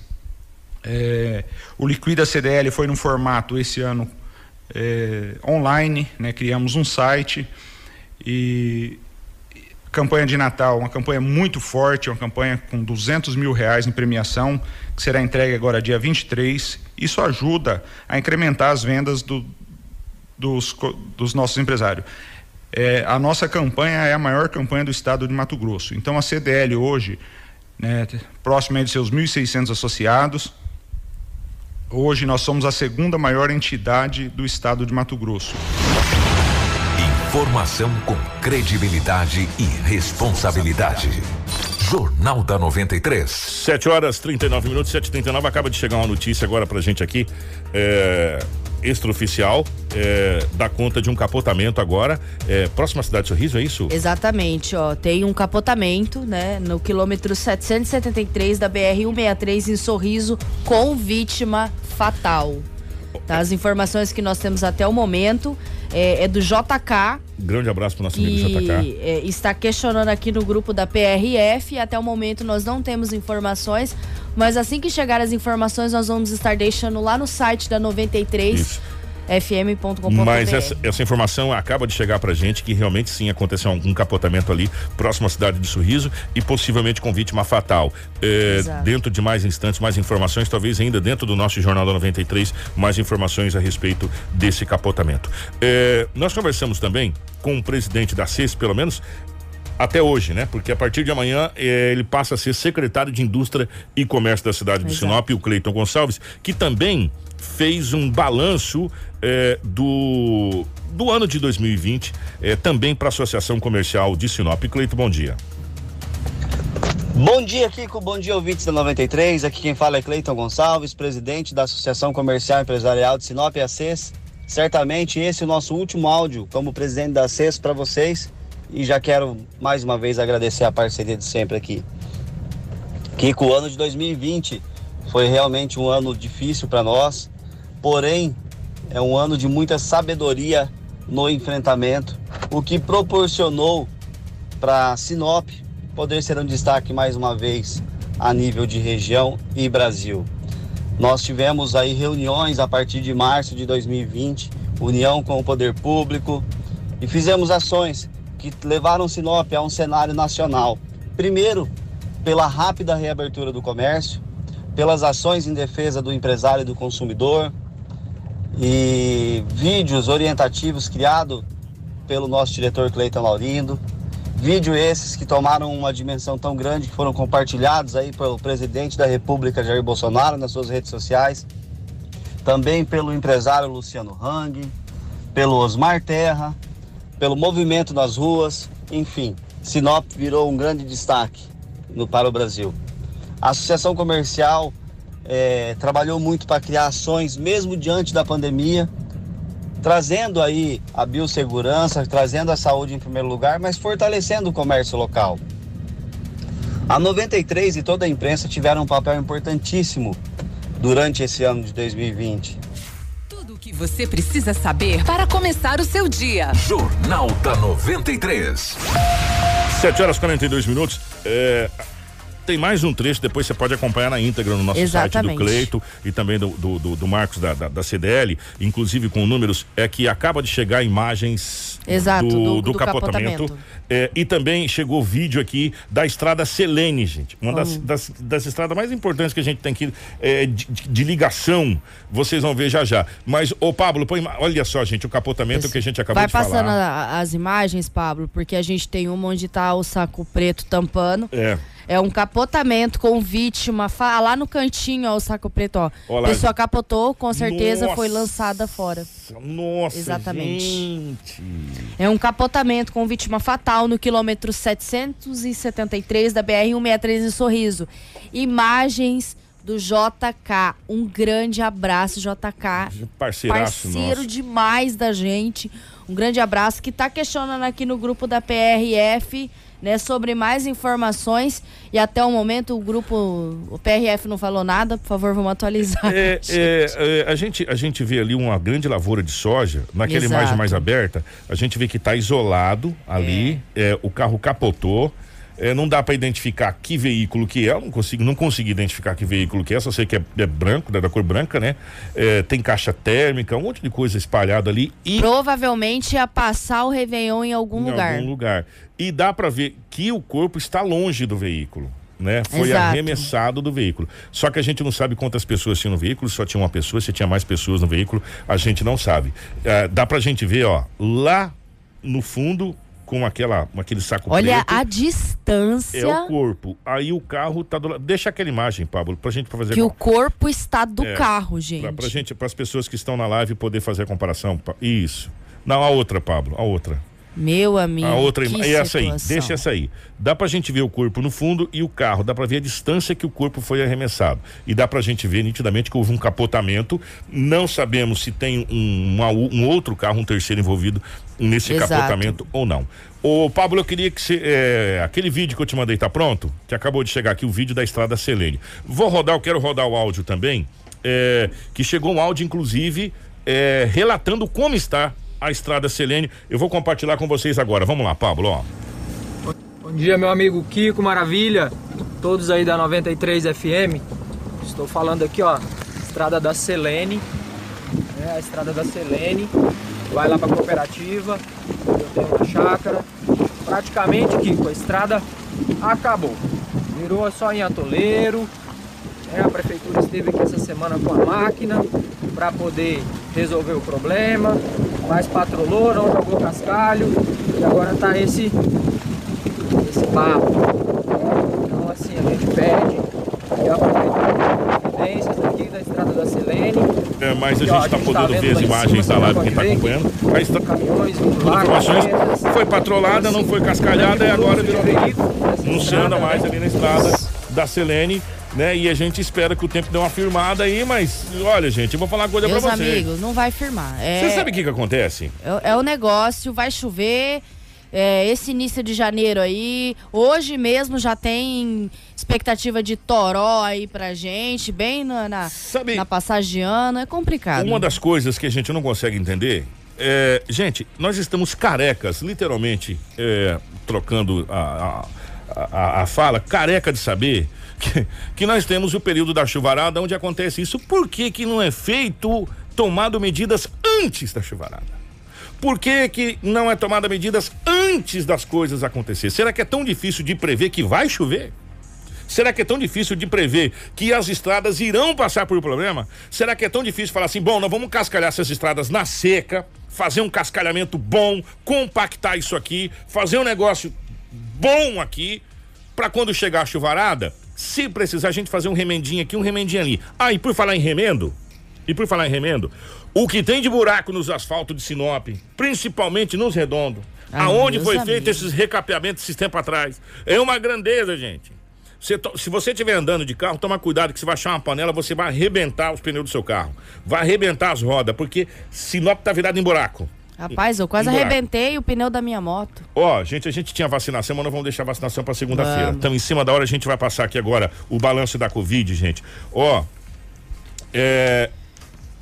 é, o Liquida C D L foi no formato esse ano é, online, né? Criamos um site e campanha de Natal, uma campanha muito forte, uma campanha com duzentos mil reais em premiação, que será entregue agora dia vinte e três. Isso ajuda a incrementar as vendas do, dos, dos nossos empresários. É, a nossa campanha é a maior campanha do estado de Mato Grosso. Então a C D L hoje, né, próximo de seus mil e seiscentos associados, hoje nós somos a segunda maior entidade do estado de Mato Grosso. Informação com credibilidade e responsabilidade. Jornal da noventa e três. sete horas e trinta e nove minutos, sete e trinta e nove. Acaba de chegar uma notícia agora pra gente aqui. É, extraoficial, é, dá conta de um capotamento agora. É, próxima cidade de Sorriso, é isso? Exatamente, ó. Tem um capotamento, né? No quilômetro setecentos e setenta e três da B R cento e sessenta e três em Sorriso, com vítima fatal. Tá? As informações que nós temos até o momento é, é do J K. Grande abraço pro nosso amigo J K. É, está questionando aqui no grupo da P R F. Até o momento nós não temos informações, mas assim que chegar as informações nós vamos estar deixando lá no site da noventa e três. Isso. F M ponto com ponto B R. Mas essa, essa informação acaba de chegar pra gente que realmente sim aconteceu um capotamento ali próximo à cidade de Sorriso e possivelmente com vítima fatal. É, dentro de mais instantes, mais informações, talvez ainda dentro do nosso Jornal da noventa e três, mais informações a respeito desse capotamento. É, nós conversamos também com o presidente da C E S, pelo menos até hoje, né? Porque a partir de amanhã eh, ele passa a ser secretário de Indústria e Comércio da cidade de Sinop, o Cleiton Gonçalves, que também fez um balanço eh, do do ano de dois mil e vinte, eh, também para a Associação Comercial de Sinop. Cleiton, bom dia. Bom dia, Kiko. Bom dia, ouvintes da noventa e três. Aqui quem fala é Cleiton Gonçalves, presidente da Associação Comercial e Empresarial de Sinop, a C E S. Certamente esse é o nosso último áudio como presidente da C E S para vocês. E já quero mais uma vez agradecer a parceria de sempre aqui. Kiko, o ano de dois mil e vinte foi realmente um ano difícil para nós, porém é um ano de muita sabedoria no enfrentamento, o que proporcionou para Sinop poder ser um destaque mais uma vez a nível de região e Brasil. Nós tivemos aí reuniões a partir de março de dois mil e vinte, união com o poder público, e fizemos ações que levaram Sinop a um cenário nacional. Primeiro, pela rápida reabertura do comércio, pelas ações em defesa do empresário e do consumidor, e vídeos orientativos criados pelo nosso diretor Cleiton Laurindo, vídeos esses que tomaram uma dimensão tão grande que foram compartilhados aí pelo presidente da República, Jair Bolsonaro, nas suas redes sociais, também pelo empresário Luciano Hang, pelo Osmar Terra, pelo movimento nas ruas, enfim, Sinop virou um grande destaque no, para o Brasil. A Associação Comercial é, trabalhou muito para criar ações, mesmo diante da pandemia, trazendo aí a biossegurança, trazendo a saúde em primeiro lugar, mas fortalecendo o comércio local. A noventa e três e toda a imprensa tiveram um papel importantíssimo durante esse ano de dois mil e vinte. Que você precisa saber para começar o seu dia. Jornal da noventa e três. sete horas e quarenta e dois minutos. É, tem mais um trecho, depois você pode acompanhar na íntegra no nosso Exatamente. site do Cleito e também do, do, do, do Marcos da, da, da C D L, inclusive com números, é que acaba de chegar imagens Exato, do, do, do, do capotamento. capotamento. É, e também chegou vídeo aqui da estrada Selene, gente. Uma das, Hum. das, das estradas mais importantes que a gente tem aqui é, de, de ligação. Vocês vão ver já já. Mas, ô Pablo, põe, olha só, gente, o capotamento Isso. que a gente acabou Vai de falar. passando a- as imagens, Pablo, porque a gente tem uma onde tá o saco preto tampando. É. É um capotamento com vítima, fa- lá no cantinho, ó, o saco preto, ó. Ó lá. A pessoa capotou, com certeza Nossa. foi lançada fora. Nossa, Exatamente. gente. É um capotamento com vítima fatal no quilômetro setecentos e setenta e três da B R cento e sessenta e três em Sorriso. Imagens do J K. Um grande abraço, J K. Parceiraço Parceiro nosso. demais da gente. Um grande abraço, que tá questionando aqui no grupo da P R F, né, sobre mais informações, e até o momento o grupo, o P R F não falou nada. Por favor, vamos atualizar. É, é, é, a, gente, a gente vê ali uma grande lavoura de soja, naquela Exato. imagem mais aberta, a gente vê que está isolado ali, é, o carro capotou, é, não dá para identificar que veículo que é, eu não consigo, não consigo identificar que veículo que é, só sei que é, é branco, da, da cor branca, né? É, tem caixa térmica, um monte de coisa espalhada ali e Provavelmente ia passar o Réveillon em algum em lugar. algum lugar. E dá para ver que o corpo está longe do veículo, né? Foi Exato. arremessado do veículo. Só que a gente não sabe quantas pessoas tinham no veículo, só tinha uma pessoa, se tinha mais pessoas no veículo, a gente não sabe. É, dá pra gente ver, ó, lá no fundo, com aquela, aquele saco Olha preto, a distância é o corpo. Aí o carro tá do lado. Deixa aquela imagem, Pablo, pra gente fazer que o corpo está do É, carro, gente. Pra, pra gente, para as pessoas que estão na live poder fazer a comparação. Pa- Isso. Não, a outra, Pablo, a outra. Meu amigo, A outra que imagem. Essa aí, situação. deixa essa aí. Dá pra gente ver o corpo no fundo e o carro. Dá pra ver a distância que o corpo foi arremessado. E dá pra gente ver nitidamente que houve um capotamento. Não sabemos se tem um, uma- um outro carro, um terceiro envolvido nesse Exato. capotamento ou não. Ô, Pablo, eu queria que você. É, aquele vídeo que eu te mandei tá pronto? Que acabou de chegar aqui, o vídeo da estrada Selene. Vou rodar, eu quero rodar o áudio também. É, que chegou um áudio, inclusive, é, relatando como está a estrada Selene. Eu vou compartilhar com vocês agora. Vamos lá, Pablo, ó. Bom dia, meu amigo Kiko Maravilha, todos aí da noventa e três F M. Estou falando aqui, ó, estrada da Selene, né, a estrada da Selene, vai lá para a cooperativa, eu tenho uma chácara. Praticamente, Kiko, a estrada acabou, virou só em atoleiro, né, a prefeitura esteve aqui essa semana com a máquina para poder resolver o problema, mas patrolou, não jogou cascalho, e agora tá esse esse papo. Então assim, a gente pede que a prefeitura providências aqui da estrada da Selene. É, mas a E, ó, gente está tá podendo vendo ver as lá em imagens cima, da live você que está pode ver acompanhando. A estra... Caminhões vindo lá, Informações, caminhões. foi patrolada, não foi cascalhada e agora virou não se anda mais ali na estrada da Selene, né? E a gente espera que o tempo dê uma firmada aí, mas olha, gente, eu vou falar uma coisa Meus pra você. amigos, não vai firmar. É, Você sabe o que que acontece? é, é o negócio, vai chover. É, esse início de janeiro aí, hoje mesmo já tem expectativa de toró aí pra gente, bem na, na, na passagem de ano, é complicado. Uma das coisas que a gente não consegue entender é, gente, nós estamos carecas, literalmente, é, trocando a, a, a, a fala, careca de saber que, que nós temos o período da chuvarada onde acontece isso. Por que que não é feito, tomado medidas antes da chuvarada? Por que que não é tomada medidas antes das coisas acontecerem? Será que é tão difícil de prever que vai chover? Será que é tão difícil de prever que as estradas irão passar por um problema? Será que é tão difícil falar assim, bom, nós vamos cascalhar essas estradas na seca, fazer um cascalhamento bom, compactar isso aqui, fazer um negócio bom aqui, para quando chegar a chuvarada, se precisar a gente fazer um remendinho aqui, um remendinho ali. Ah, e por falar em remendo, e por falar em remendo, o que tem de buraco nos asfaltos de Sinop, principalmente nos redondos, Ah, aonde meus foi amigos. feito esses recapeamentos esses tempos atrás, é uma grandeza, gente. Você to- se você estiver andando de carro, toma cuidado que se vai achar uma panela, você vai arrebentar os pneus do seu carro, vai arrebentar as rodas, porque Sinop tá virado em buraco. Rapaz, eu quase Em buraco. arrebentei o pneu da minha moto. Ó, gente, a gente tinha vacinação, mas nós vamos deixar a vacinação para segunda-feira. Vamos. Então, em cima da hora, a gente vai passar aqui agora o balanço da Covid, gente. Ó, é,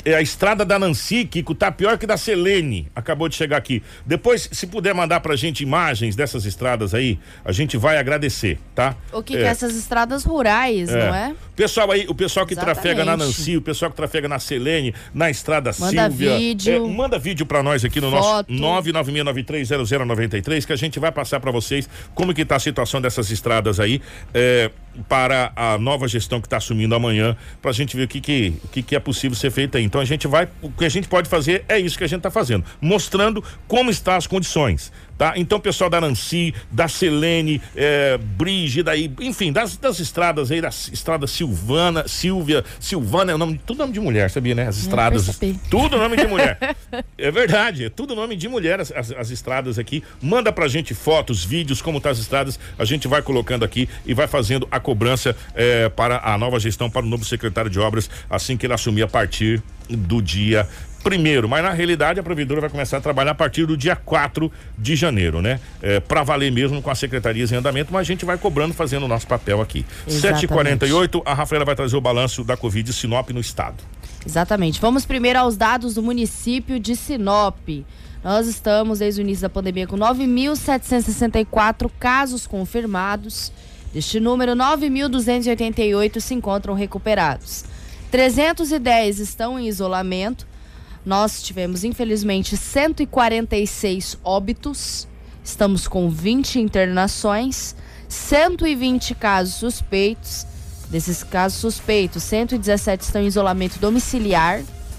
É a estrada da Nancy, Kiko, tá pior que da Selene. Acabou de chegar aqui. Depois, se puder mandar pra gente imagens dessas estradas aí, a gente vai agradecer, tá? O que é, que é essas estradas rurais, é. não é? Pessoal aí, o pessoal que Exatamente. trafega na Nancy, o pessoal que trafega na Selene, na estrada manda Silvia. Vídeo. É, manda vídeo pra nós aqui no Foto. nosso nove nove seis nove três zero zero nove três, que a gente vai passar pra vocês como que tá a situação dessas estradas aí, é, para a nova gestão que tá assumindo amanhã, pra gente ver o que que, o que que é possível ser feito aí. Então a gente vai, o que a gente pode fazer é isso que a gente tá fazendo, mostrando como estão as condições, tá? Então pessoal da Nancy, da Selene, é, Brígida aí, enfim, das, das estradas aí, da estrada Silvana, Silvia, Silvana é o nome, tudo nome de mulher, sabia, né? As estradas, tudo nome de mulher. É verdade, é tudo nome de mulher as, as, as estradas aqui. Manda pra gente fotos, vídeos, como tá as estradas, a gente vai colocando aqui e vai fazendo a cobrança é, para a nova gestão, para o novo secretário de obras, assim que ele assumir a partir do dia primeiro, mas na realidade a Provedora vai começar a trabalhar a partir do dia quatro de janeiro, né? É, para valer mesmo com as secretarias em andamento, mas a gente vai cobrando, fazendo o nosso papel aqui. sete e quarenta e oito, a Rafaela vai trazer o balanço da Covid de Sinop no estado. Exatamente. Vamos primeiro aos dados do município de Sinop. Nós estamos desde o início da pandemia com nove mil setecentos e sessenta e quatro casos confirmados. Deste número, nove mil duzentos e oitenta e oito se encontram recuperados. trezentos e dez estão em isolamento. Nós tivemos, infelizmente, cento e quarenta e seis óbitos. Estamos com vinte internações, cento e vinte casos suspeitos. Desses casos suspeitos, cento e dezessete estão em isolamento domiciliar.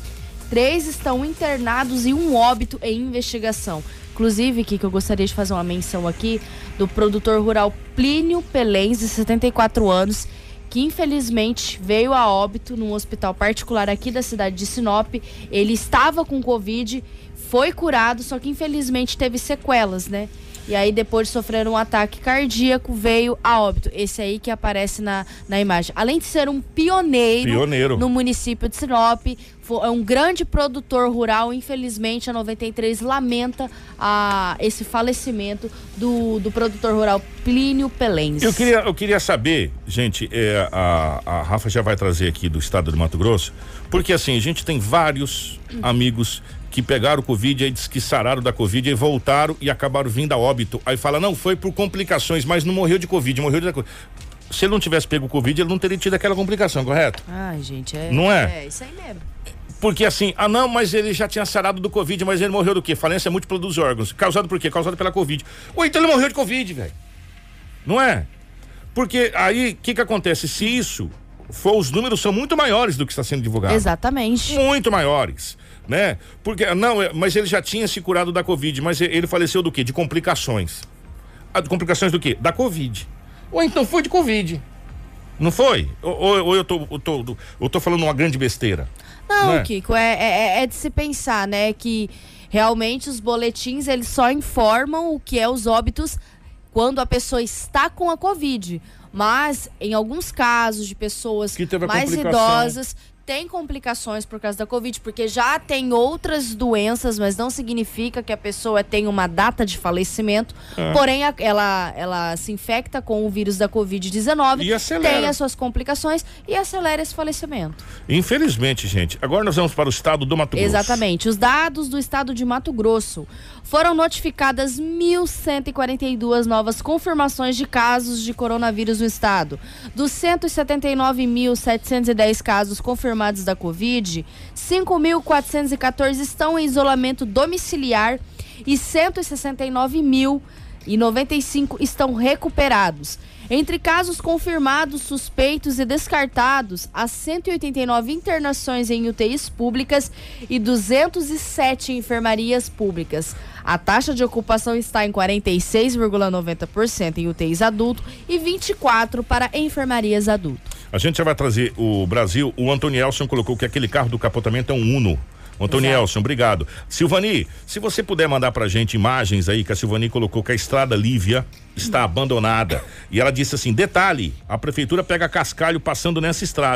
Três estão internados e um óbito em investigação. Inclusive, que eu gostaria de fazer uma menção aqui do produtor rural Plínio Pelens, de setenta e quatro anos, que infelizmente veio a óbito num hospital particular aqui da cidade de Sinop. Ele estava com Covid, foi curado, só que infelizmente teve sequelas, né? E aí depois de sofrer um ataque cardíaco, veio a óbito. Esse aí que aparece na, na imagem. Além de ser um pioneiro, pioneiro. no município de Sinop, é um grande produtor rural. Infelizmente a noventa e três lamenta a, esse falecimento do, do produtor rural Plínio Pelens. Eu queria, eu queria saber, gente, é, a, a Rafa já vai trazer aqui do estado de Mato Grosso, porque assim, a gente tem vários hum. amigos que pegaram o Covid, aí diz que sararam da Covid, aí voltaram e acabaram vindo a óbito. Aí fala, não, foi por complicações, mas não morreu de Covid, morreu de... Se ele não tivesse pego o Covid, ele não teria tido aquela complicação, correto? Ai, gente, é... Não é? É, isso aí mesmo. Porque assim, ah não, mas ele já tinha sarado do Covid, mas ele morreu do quê? Falência múltipla dos órgãos. Causado por quê? Causado pela Covid. Ou então ele morreu de Covid, velho. Não é? Porque aí, o que que acontece? Se isso for, os números são muito maiores do que está sendo divulgado. Exatamente. Muito maiores. Né? Porque, não, mas ele já tinha se curado da Covid, mas ele faleceu do quê? De complicações. Ah, de complicações do quê? Da Covid. Ou então foi de Covid. Não foi? Ou, ou, ou eu, tô, eu, tô, eu tô falando uma grande besteira? Não, não é? Kiko, é, é, é de se pensar, né? Que realmente os boletins, eles só informam o que é os óbitos quando a pessoa está com a Covid. Mas, em alguns casos de pessoas mais idosas, tem complicações por causa da Covid, porque já tem outras doenças, mas não significa que a pessoa tem uma data de falecimento. É. Porém, a, ela, ela se infecta com o vírus da covid dezenove, tem as suas complicações e acelera esse falecimento. Infelizmente, gente. Agora nós vamos para o estado do Mato Grosso. Exatamente. Os dados do estado de Mato Grosso. Foram notificadas mil cento e quarenta e duas novas confirmações de casos de coronavírus no estado. Dos cento e setenta e nove mil setecentos e dez casos confirmados da Covid, cinco mil quatrocentos e quatorze estão em isolamento domiciliar e cento e sessenta e nove mil e noventa e cinco estão recuperados. Entre casos confirmados, suspeitos e descartados, há cento e oitenta e nove internações em U T Is públicas e duzentas e sete em enfermarias públicas. A taxa de ocupação está em quarenta e seis vírgula noventa por cento em U T Is adulto e vinte e quatro por cento para enfermarias adulto. A gente já vai trazer o Brasil. O Antonielson colocou que aquele carro do capotamento é um Uno. Antonielson, obrigado. Silvani, se você puder mandar pra gente imagens aí, que a Silvani colocou que a estrada Lívia está abandonada. E ela disse assim, detalhe, a prefeitura pega cascalho passando nessa estrada.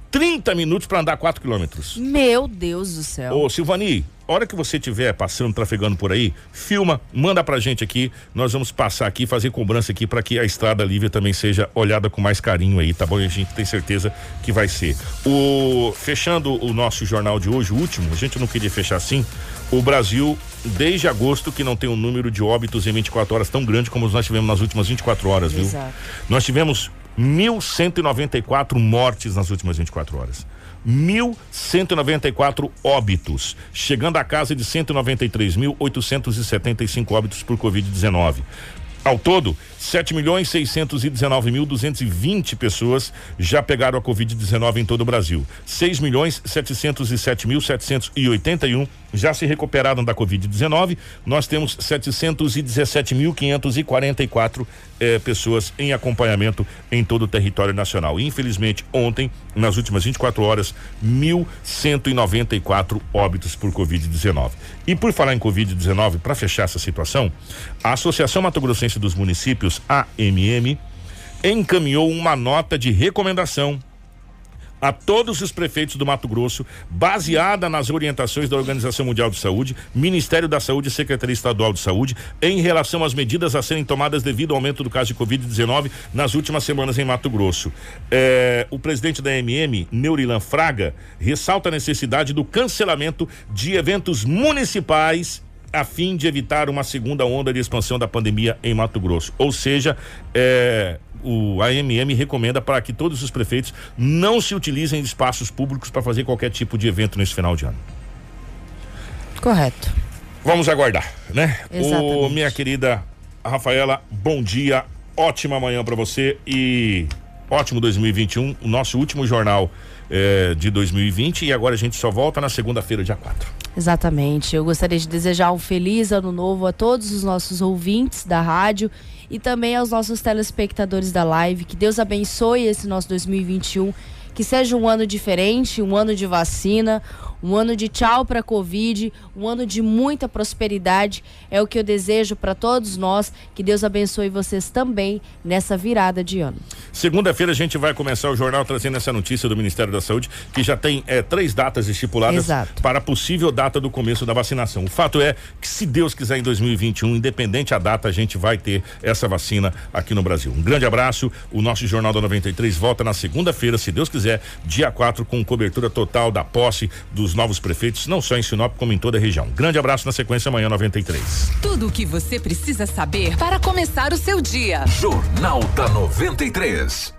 trinta minutos para andar quatro quilômetros. Meu Deus do céu. Ô, Silvani, a hora que você estiver passando, trafegando por aí, filma, manda pra gente aqui, nós vamos passar aqui, fazer cobrança aqui para que a Estrada Livre também seja olhada com mais carinho aí, tá bom? E a gente tem certeza que vai ser. O, fechando o nosso jornal de hoje, o último, a gente não queria fechar assim, o Brasil, desde agosto, que não tem um número de óbitos em vinte e quatro horas tão grande como nós tivemos nas últimas vinte e quatro horas, viu? Exato. Nós tivemos mil cento e noventa e quatro mortes nas últimas vinte e quatro horas. mil cento e noventa e quatro óbitos, chegando à casa de cento e noventa e três mil oitocentos e setenta e cinco óbitos por covid dezenove. Ao todo, sete milhões seiscentos e dezenove mil duzentos e vinte pessoas já pegaram a covid dezenove em todo o Brasil. seis milhões setecentos e sete mil setecentos e oitenta e um já se recuperaram da covid dezenove. Nós temos setecentos e dezessete mil quinhentos e quarenta e quatro eh, pessoas em acompanhamento em todo o território nacional. Infelizmente, ontem, nas últimas vinte e quatro horas, mil cento e noventa e quatro óbitos por covid dezenove. E por falar em covid dezenove, para fechar essa situação, a Associação Mato Grossense dos Municípios, A M M, encaminhou uma nota de recomendação a todos os prefeitos do Mato Grosso, baseada nas orientações da Organização Mundial de Saúde, Ministério da Saúde e Secretaria Estadual de Saúde, em relação às medidas a serem tomadas devido ao aumento do caso de covid dezenove nas últimas semanas em Mato Grosso. É, o presidente da A M M, Neurilan Fraga, ressalta a necessidade do cancelamento de eventos municipais a fim de evitar uma segunda onda de expansão da pandemia em Mato Grosso. Ou seja, é, o A M M recomenda para que todos os prefeitos não se utilizem de espaços públicos para fazer qualquer tipo de evento nesse final de ano. Correto. Vamos aguardar, né? Exatamente. O, minha querida Rafaela, bom dia, ótima manhã para você e ótimo dois mil e vinte e um, o nosso último jornal é, de dois mil e vinte, e agora a gente só volta na segunda-feira, dia quatro. Exatamente. Eu gostaria de desejar um feliz ano novo a todos os nossos ouvintes da rádio e também aos nossos telespectadores da live. Que Deus abençoe esse nosso dois mil e vinte e um, que seja um ano diferente, um ano de vacina, um ano de tchau para a Covid, um ano de muita prosperidade. É o que eu desejo para todos nós. Que Deus abençoe vocês também nessa virada de ano. Segunda-feira a gente vai começar o jornal trazendo essa notícia do Ministério da Saúde, que já tem é, três datas estipuladas Exato. Para a possível data do começo da vacinação. O fato é que, se Deus quiser, em dois mil e vinte e um, independente a data, a gente vai ter essa vacina aqui no Brasil. Um grande abraço. O nosso Jornal da noventa e três volta na segunda-feira, se Deus quiser, dia quatro, com cobertura total da posse dos novos prefeitos, não só em Sinop, como em toda a região. Grande abraço, na sequência, amanhã noventa e três. Tudo o que você precisa saber para começar o seu dia. Jornal da noventa e três.